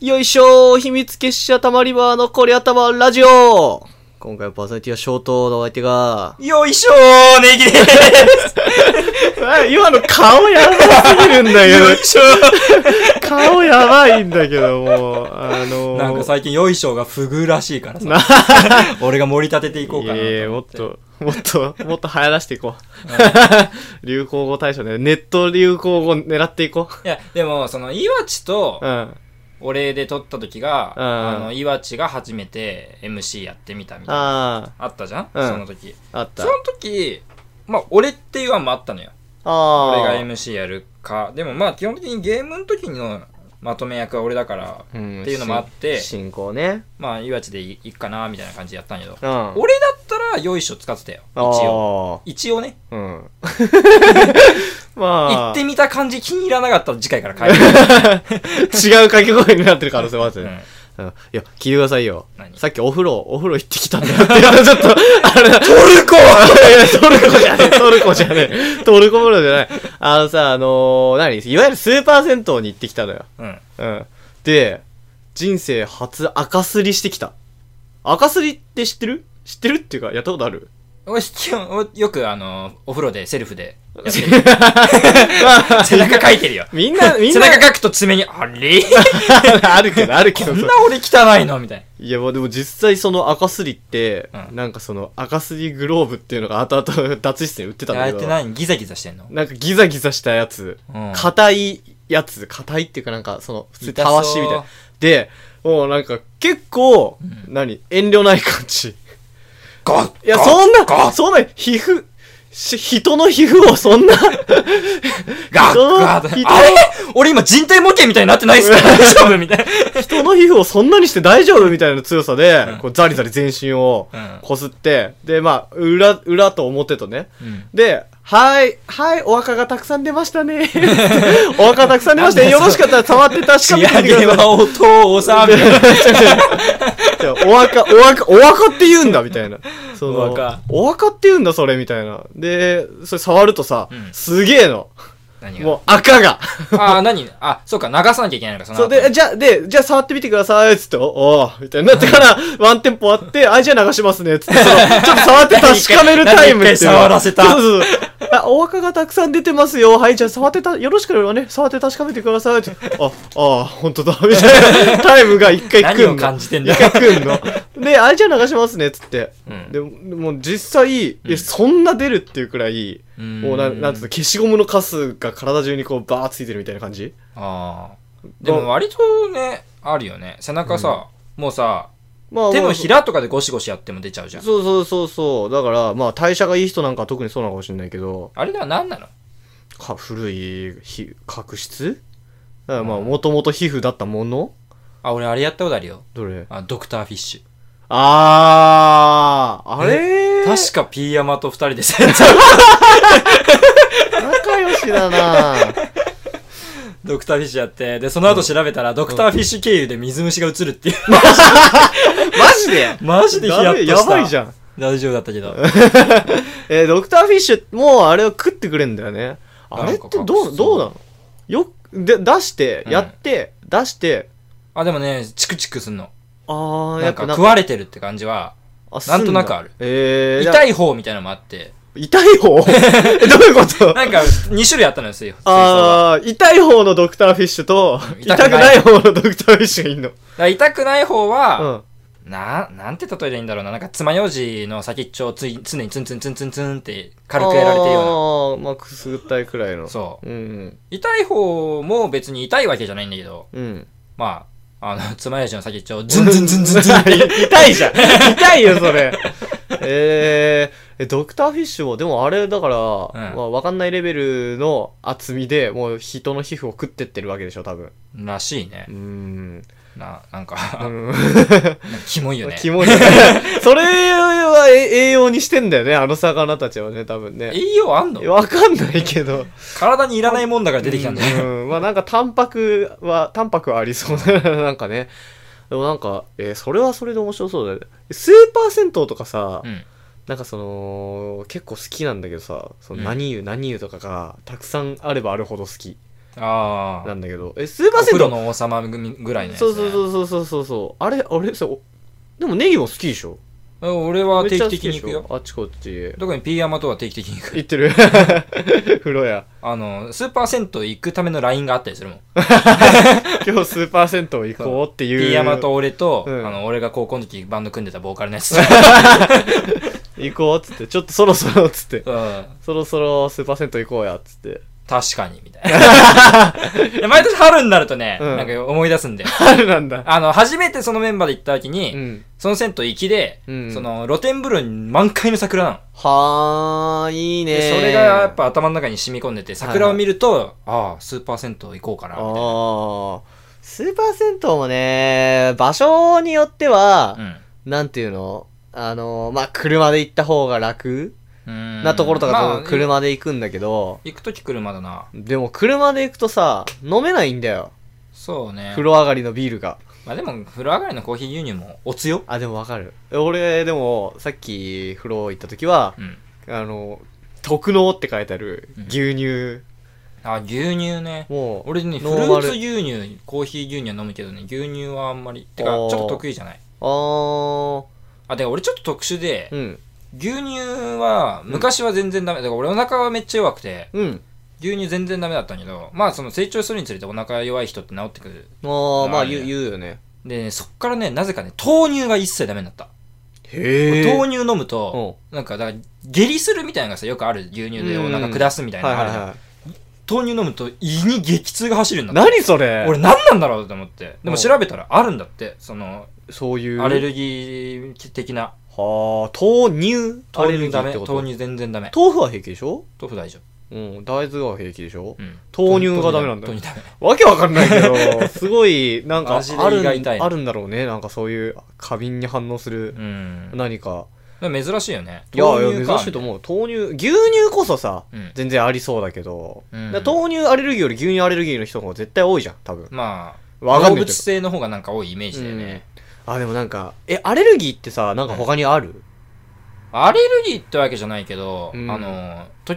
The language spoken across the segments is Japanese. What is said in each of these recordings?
よいしょー、秘密結社たまり場のこり頭ラジオ。今回のパーソナリティはショートのお相手が、 よいしょー、ネギでーす。今の顔やばすぎるんだけど。 よいしょー。顔やばいんだけども、 なんか最近よいしょが不遇らしいからさ。俺が盛り立てていこうかなと思って。 もっと流行らしていこう。流行語大賞ね。ネット流行語狙っていこう。 いや、でも、その、岩地と、 うん。 俺で撮った時が、岩地が初めて MC やってみたみたいな。あったじゃん、その時。 あった。 その時、まあ、俺っていう案もあったのよ。俺が MC やるか。でもまあ、基本的にゲームの時のまとめ役は俺だから、っていうのもあって、 進行ね。 まあ、岩地でいいかな、みたいな感じでやったんやけど、 俺だったら、よいしょ使ってたよ。一応ね。 うん。まあ。 言ってみた感じ気に入らなかったら次回から変える。 違う掛け声になってる可能性もあるね。いや、聞いてくださいよ。さっきお風呂行ってきたんだよって言うとちょっと、あれだ。 トルコトルコじゃねえ。トルコ風呂じゃない。いわゆるスーパー銭湯に行ってきたのよ。うん。で、人生初赤すりしてきた。赤すりって知ってるっていうか、やったことある？ 俺よくお風呂でセルフでやってる。背中かいてるよ。 みんな。 背中かくと爪に、あれあるけど。 こんな俺汚いのみたいな。 いや、でも実際その赤すりって、なんかその赤すりグローブっていうのが後々脱出で売ってたんだけど。 やって何？ギザギザしてんの？ なんかギザギザしたやつ。硬いやつ。硬いっていうかなんかその、普通たわしみたいな。で、もうなんか結構、遠慮ない感じ。いや、そんな、人の皮膚をそんなあれ俺今人体模型みたいになってないっすか？大丈夫みたいな。 人の皮膚をそんなにして大丈夫みたいな強さで、こうザリザリ全身をこすって、で、まあ、裏と表とね。で、はい、お墓がたくさん出ましたね。お墓たくさん出ましたね。よろしかったら触って確かめてください。 仕上げはお父さんみたいな。 お墓って言うんだみたいな。お墓って言うんだそれみたいな。で、それ触るとさ、すげえの。もう赤が。 そうか、流さなきゃいけないのか、その後。 そうで、じゃあ触ってみてください、つって、みたいになってから、ワンテンポあって、じゃあ流しますね、つって、ちょっと触って確かめるタイムっていう。 触らせた。 そう。お墓がたくさん出てますよ。はい、じゃあよろしければね、触って確かめてください、って。本当だ、みたいなタイムが一回来んの。 何を感じてんだよ。 一回来んの。で、じゃあ流しますね、つって。でも実際、そんな出るっていうくらい、もうなんつうの、消しゴムのカスが体中にこうバーついてるみたいな感じ？ でも割とね、あるよね。背中さ、もうさ、手のひらとかでゴシゴシやっても出ちゃうじゃん。 そう。だから、まあ代謝がいい人なんかは特にそうなのかもしれないけど。 あれは何なの？ 古い角質？だからまあもともと皮膚だったもの？ 俺あれやったことあるよ。 どれ？ ドクターフィッシュ。 あれ確かピーヤマと二人で仲良しだなドクターフィッシュやって、で、その後調べたら、ドクターフィッシュ経由で水虫が移るっていう。マジでヒヤッとした。 やばいじゃん。 大丈夫だったけど。 ドクターフィッシュ、もうあれを食ってくれんだよね。あれってどうなの？出して、やって、出して。 でもね、チクチクすんの。 なんか食われてるって感じは、なんとなくある。痛い方みたいなのもあって。 痛い方？どういうこと？ なんか、2種類あったのよ、 痛い方のドクターフィッシュと、痛くない方のドクターフィッシュがいんの。 痛くない方は、なんて例えたらいいんだろうな。なんか、爪楊枝の先っちょを常にツンツンツンツンツンツンって軽くやられてるような。 まあ、くすぐったいくらいの。 そう。痛い方も別に痛いわけじゃないんだけど、まあ、爪楊枝の先っちょをズンズンズンズンズンって痛いじゃん。痛いよ、それ。ドクターフィッシュも、でもあれだから、まあわかんないレベルの厚みで、もう人の皮膚を食ってってるわけでしょ、多分。 らしいね。なんか、キモいよね。 キモいよね。それは栄養にしてんだよね、あの魚たちはね、多分ね。 栄養あんの？ わかんないけど。 体にいらないもんだから出てきたんだよ。 まあなんかタンパクはありそうだな、なんかね。でもなんか、それはそれで面白そうだよね。スーパー銭湯とかさ、なんかその、結構好きなんだけどさ、その何湯とかがたくさんあればあるほど好き。 なんだけど、スーパー銭湯。 お風呂の王様ぐらいのやつ、ね。 そう。あれ、でもネギも好きでしょ？ 俺は定期的に行くよ。 あっちこっち。 特にピーヤマとは定期的に行く。 行ってる。風呂屋。 スーパー銭湯行くための LINE があったりするもん。 今日スーパー銭湯行こうっていう。 ピーヤマと俺と、俺が高校の時バンド組んでたボーカルのやつ。 行こうっつって、ちょっとそろそろっつって。そろそろスーパー銭湯行こうやっつって。 確かに、みたいな。毎年春になるとね、なんか思い出すんだよ。 春なんだ。 初めてそのメンバーで行った時に、その銭湯行きで、その露天風呂に満開の桜なの。 はー、いいね。 それがやっぱ頭の中に染み込んでて、桜を見ると、スーパー銭湯行こうかな、みたいな。 スーパー銭湯もね、場所によっては、なんていうの？車で行った方が楽なところとか車で行くんだけど、 行くとき車だな。 でも車で行くとさ、飲めないんだよ。 そうね。 風呂上がりのビールが。 でも風呂上がりのコーヒー牛乳もおつよ。 でもわかる。俺でもさっき風呂行った時は、特濃って書いてある牛乳。 牛乳ね。もう俺ね、フルーツ牛乳、コーヒー牛乳は飲むけどね、牛乳はあんまり。てかちょっと得意じゃない。で俺ちょっと特殊で、牛乳は昔は全然ダメだから俺お腹はめっちゃ弱くて、牛乳全然ダメだったんだけど、その成長するにつれてお腹弱い人って治ってくる。 言うよね。 で、そっからね、なぜかね、豆乳が一切ダメになった。 へー。 豆乳飲むと、なんか、だから、下痢するみたいなのがさ、よくある牛乳でお腹下すみたいなのあるじゃん。豆乳飲むと胃に激痛が走るんだって。 何それ？ 俺何なんだろうと思って。でも調べたらあるんだって。 そういうアレルギー的な。 豆乳アレルギーってこと？ 豆乳全然ダメ。 豆腐は平気でしょ？ 豆腐大丈夫。大豆は平気でしょ？豆乳がダメなんだよ。 豆乳ダメ。 わけわかんないけど、すごい、なんかあるんだろうね。なんかそういう過敏に反応する何か。 珍しいよね。 いや、珍しいと思う。牛乳こそさ、全然ありそうだけど、豆乳アレルギーより牛乳アレルギーの人の方が絶対多いじゃん、多分。 動物性の方がなんか多いイメージだよね。 でもなんか、アレルギーってさ、なんか他にある？ アレルギーってわけじゃないけど、時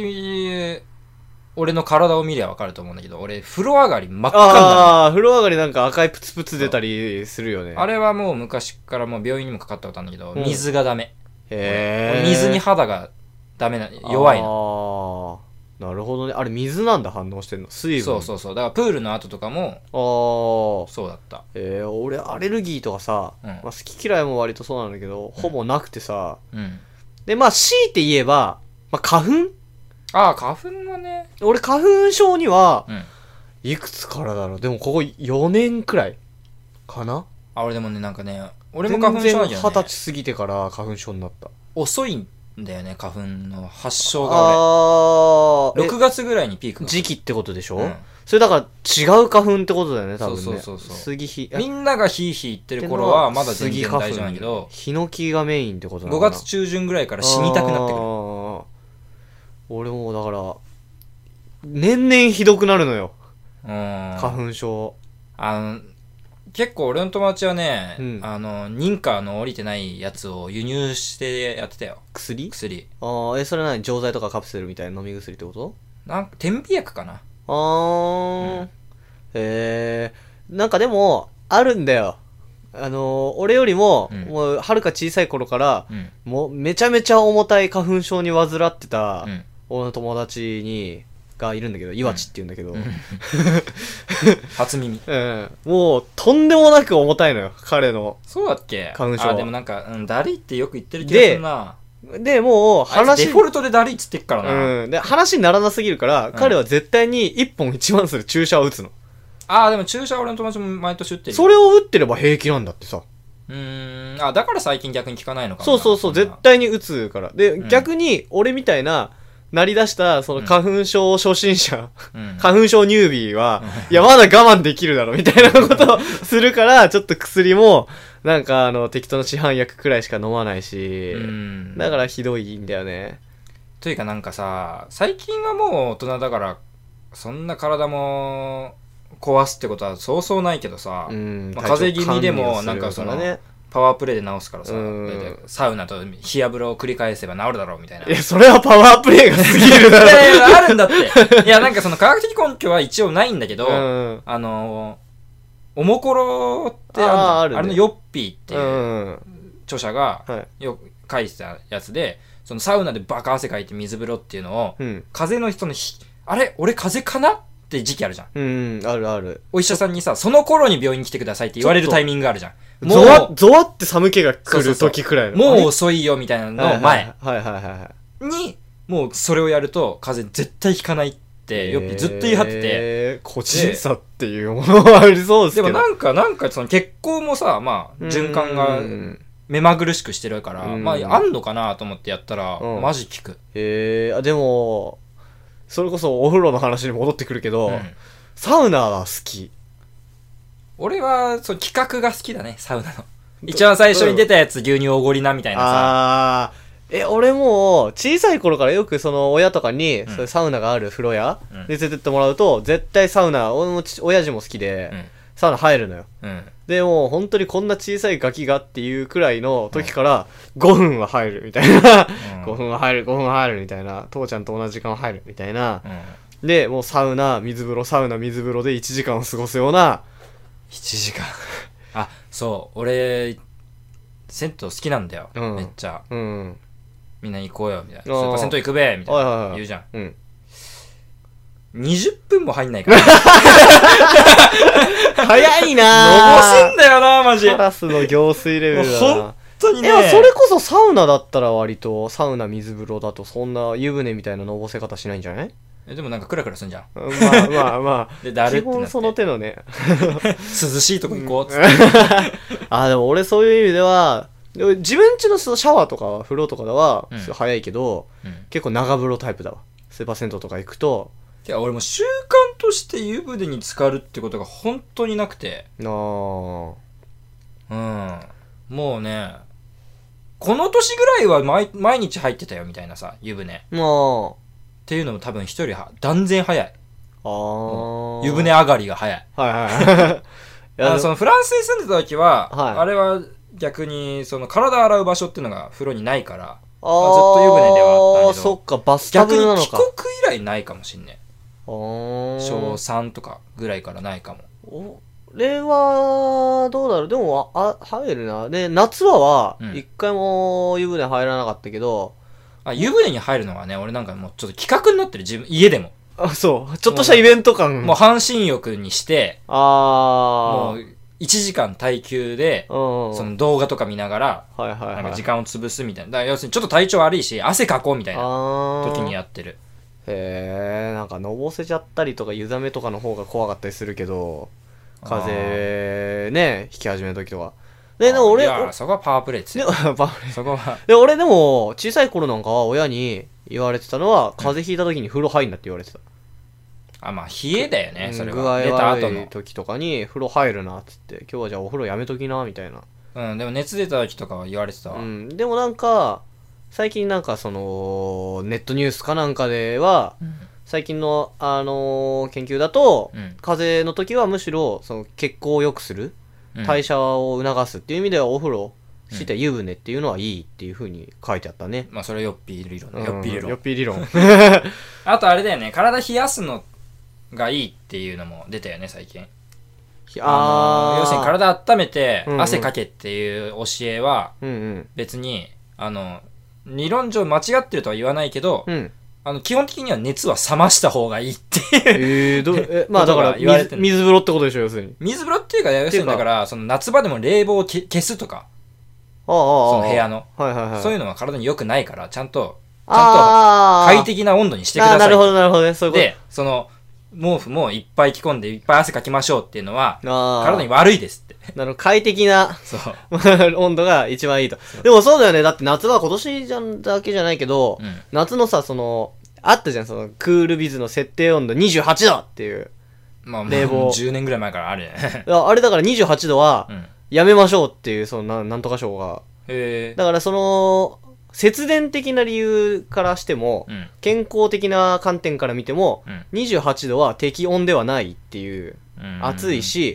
々、俺の体を見りゃわかると思うんだけど、俺、風呂上がり真っ赤になる。 風呂上がりなんか赤いプツプツ出たりするよね。 あれはもう昔からもう病院にもかかったことあるんだけど、水がダメ。 へー。水に肌がダメな、弱いの。 なるほどね。あれ水なんだ、反応してんの。水分。 そう。だからプールの後とかも、そうだった。 俺、アレルギーとかさ、好き嫌いも割とそうなんだけど、ほぼなくてさ、で、強いて言えば、花粉？ 花粉はね。 俺、花粉症には、いくつからだろう。でも、ここ4年くらいかな？ 俺でもね、なんかね、俺も花粉症なんだよね。 全然20歳過ぎてから花粉症になった。 遅いんだよね、花粉の発症が俺。6月ぐらいにピーク。 時期ってことでしょ？それだから違う花粉ってことだよね、多分ね。 そう。 杉ヒ。 みんながヒーヒー言ってる頃はまだ全然大丈夫なんだけど、 ヒノキがメインってことなのかな。 5月中旬ぐらいから死にたくなってくる。 俺もだから、年々ひどくなるのよ。花粉症。 結構俺の友達はね、認可の降りてないやつを輸入してやってたよ。薬。それ何？錠剤とかカプセルみたいな飲み薬ってこと？ 点鼻薬かな。 なんかでも、あるんだよ。俺よりも、もう、はるか小さい頃から、もう、めちゃめちゃ重たい花粉症に患ってた、俺の友達がいるんだけど、岩地って言うんだけど。 初耳。 もう、とんでもなく重たいのよ、彼の。 そうだっけ？ 花粉症。 でもなんか、だりってよく言ってる気がするな。 で、もう、 デフォルトでだりっつってっからな。 で、話にならなすぎるから、彼は絶対に1本1万する注射を打つの。 でも注射俺の友達も毎年打ってる。 それを打ってれば平気なんだってさ。 だから最近逆に効かないのかもな。そう、絶対に打つから。で、逆に、俺みたいな、なりだした、その花粉症初心者、花粉症ニュービーは、いや、まだ我慢できるだろ、みたいなことをするから、ちょっと薬も、なんか適当な市販薬くらいしか飲まないし、だからひどいんだよね。 というかなんかさ、最近はもう大人だから、そんな体も壊すってことはそうそうないけどさ、風邪気味でもなんかパワープレイで直すからさ、サウナと冷や風呂を繰り返せば治るだろうみたいな。 いや、それはパワープレイが過ぎるだろ。 いや、あるんだって。いや、なんかその科学的根拠は一応ないんだけど、おもころってあれのヨッピーっていう著者が書いてたやつで、そのサウナでバカ汗かいて水風呂っていうのを、風邪の人のあれ俺風邪かなって時期あるじゃん。 あるある。 お医者さんにさ、その頃に病院に来てくださいって言われるタイミングがあるじゃん。 ゾワって寒気が来る時くらいの。 もう遅いよみたいなの前。に、もうそれをやると風邪絶対ひかないってよっぴずっと言い張ってて。 個人差っていうものはありそうですけど。 でもなんかその血行もさ、まあ循環が目まぐるしくしてるから、まああんのかなと思ってやったら、マジ効く。 でも、それこそお風呂の話に戻ってくるけど、サウナは好き。 俺は、そう、企画が好きだね、サウナの。一番最初に出たやつ、牛乳おごりな、みたいなさ。 俺も、小さい頃からよくその、親とかに、そういうサウナがある風呂屋で連れてってもらうと、絶対サウナ、俺も親父も好きで、サウナ入るのよ。でも、本当にこんな小さいガキがっていうくらいの時から、5分は入るみたいな。5分は入る、5分は入るみたいな。父ちゃんと同じ時間は入るみたいな。で、もうサウナ、水風呂、サウナ、水風呂で1時間を過ごすような、 1時間あ、そう俺銭湯好きなんだよ、めっちゃ、みんな行こうよみたいな、銭湯行くべみたいな言うじゃん、20分も入んないから早いなのぼせんだよなマジ。 カラスの行水レベルだな本当にね。 それこそサウナだったら割とサウナ水風呂だとそんな湯船みたいなのぼせ方しないんじゃない？ でもなんかクラクラすんじゃん。 まあでだるってなって基本その手のね涼しいとこ行こうっつってでも俺そういう意味では自分家のシャワーとか風呂とかでは早いけど、結構長風呂タイプだわ。スーパー銭湯とか行くと。 いや俺も習慣として湯船に浸かるってことが本当になくて、もうねこの年ぐらいは毎日入ってたよみたいなさ、湯船っていうのも多分一人断然早い。湯船上がりが早い。そのフランスに住んでた時は、あれは逆にその体洗う場所っていうのが風呂にないから、ずっと湯船ではあったけど、 そっか、バスタブなのか。 逆に帰国以来ないかもしんね。小3とかぐらいからないかも。 俺はどうだろう。でも入るな。で夏は一回も湯船入らなかったけど、 湯船に入るのはね、俺なんかもうちょっと企画になってる、自分家でも。 そうちょっとしたイベント感。 もう半身浴にして、もう1時間耐久で、その動画とか見ながら、なんか時間を潰すみたいな。だから要するにちょっと体調悪いし、汗かこうみたいな時にやってる。 なんかのぼせちゃったりとか湯冷めとかの方が怖かったりするけど、風邪ね、引き始める時とか。でも俺、いや、 そこはパワープレイですよ。そこは。 で、俺でも、小さい頃なんかは親に言われてたのは、風邪ひいた時に風呂入んなって言われてた。 まあ、冷えだよね、それは。 具合悪い時とかに、風呂入るな、っつって、今日はじゃあお風呂やめときな、みたいな。 でも熱出た時とかは言われてたわ。 でもなんか、最近なんかその、ネットニュースかなんかでは、最近の、研究だと、風邪の時はむしろ、その、血行を良くする、代謝を促すっていう意味では、お風呂して湯船っていうのはいいっていう風に書いてあったね。 まあ、それはヨッピー理論。ヨッピー理論。 ヨッピー理論。 あとあれだよね、体冷やすのがいいっていうのも出たよね、最近。要するに体温めて汗かけっていう教えは、別に、理論上間違ってるとは言わないけど、基本的には熱は冷ました方がいいっていう。 まあだから水風呂ってことでしょ、要するに。 水風呂っていうか、要するにだから、その夏場でも冷房を消すとか、その部屋の。そういうのは体に良くないから、ちゃんと快適な温度にしてください。 なるほど、なるほどね。そういうこと。 で、その、毛布もいっぱい着込んでいっぱい汗かきましょうっていうのは、体に悪いですって。 快適な温度が一番いいと。でもそうだよね。だって夏は今年だけじゃないけど、夏のさ、その、あったじゃん、その、クールビズの設定温度28度っていう。 冷房。10年ぐらい前からあるね。 あれだから28度は、やめましょうっていう、その、なんとか賞が。だからその、節電的な理由からしても、健康的な観点から見ても、28度は適温ではないっていう、暑いし、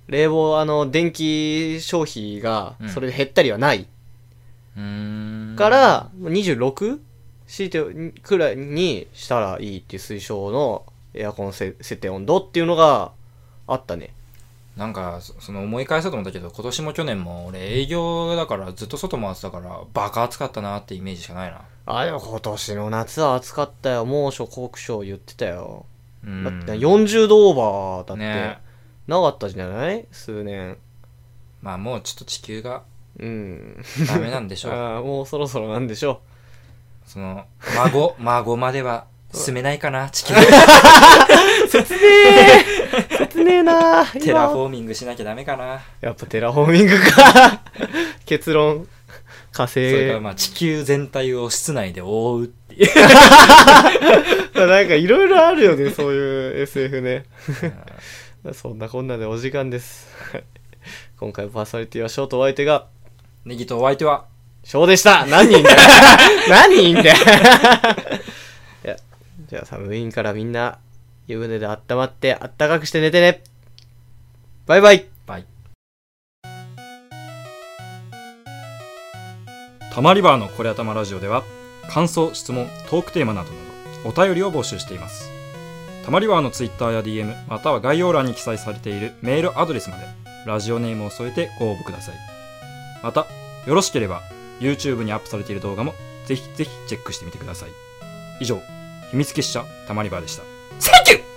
冷房、電気消費がそれで減ったりはない。から、26? 強いてくらいにしたらいいっていう推奨のエアコン設定温度っていうのがあったね。 なんか、思い返そうと思ったけど、今年も去年も俺営業だからずっと外回ってたから、バカ暑かったなってイメージしかないな。 でも今年の夏は暑かったよ。猛暑、酷暑言ってたよ。だって40度オーバーだって、なかったじゃない数年。 まあもうちょっと地球が、ダメなんでしょう。 もうそろそろなんでしょう。孫までは進めないかな、地球。 切ねえな。 テラフォーミングしなきゃダメかな。 やっぱテラフォーミングか。結論、火星。それから地球全体を室内で覆うっていう。 なんかいろいろあるよね、そういう SF ね。そんなこんなでお時間です。今回パーソナリティはショーとお相手が、 ネギとお相手は、 ショーでした。何人だよ。何人だよ。じゃあ寒いんからみんな湯船で温まってあったかくして寝てね。バイバイ。 バイ。たまりバーのこれあたまラジオでは感想、質問、トークテーマなどお便りを募集しています。たまりバーのツイッターや DM または概要欄に記載されているメールアドレスまでラジオネームを添えてご応募ください。またよろしければ YouTube にアップされている動画もぜひぜひチェックしてみてください。以上、秘密結社たまりバーでした。サンキュー。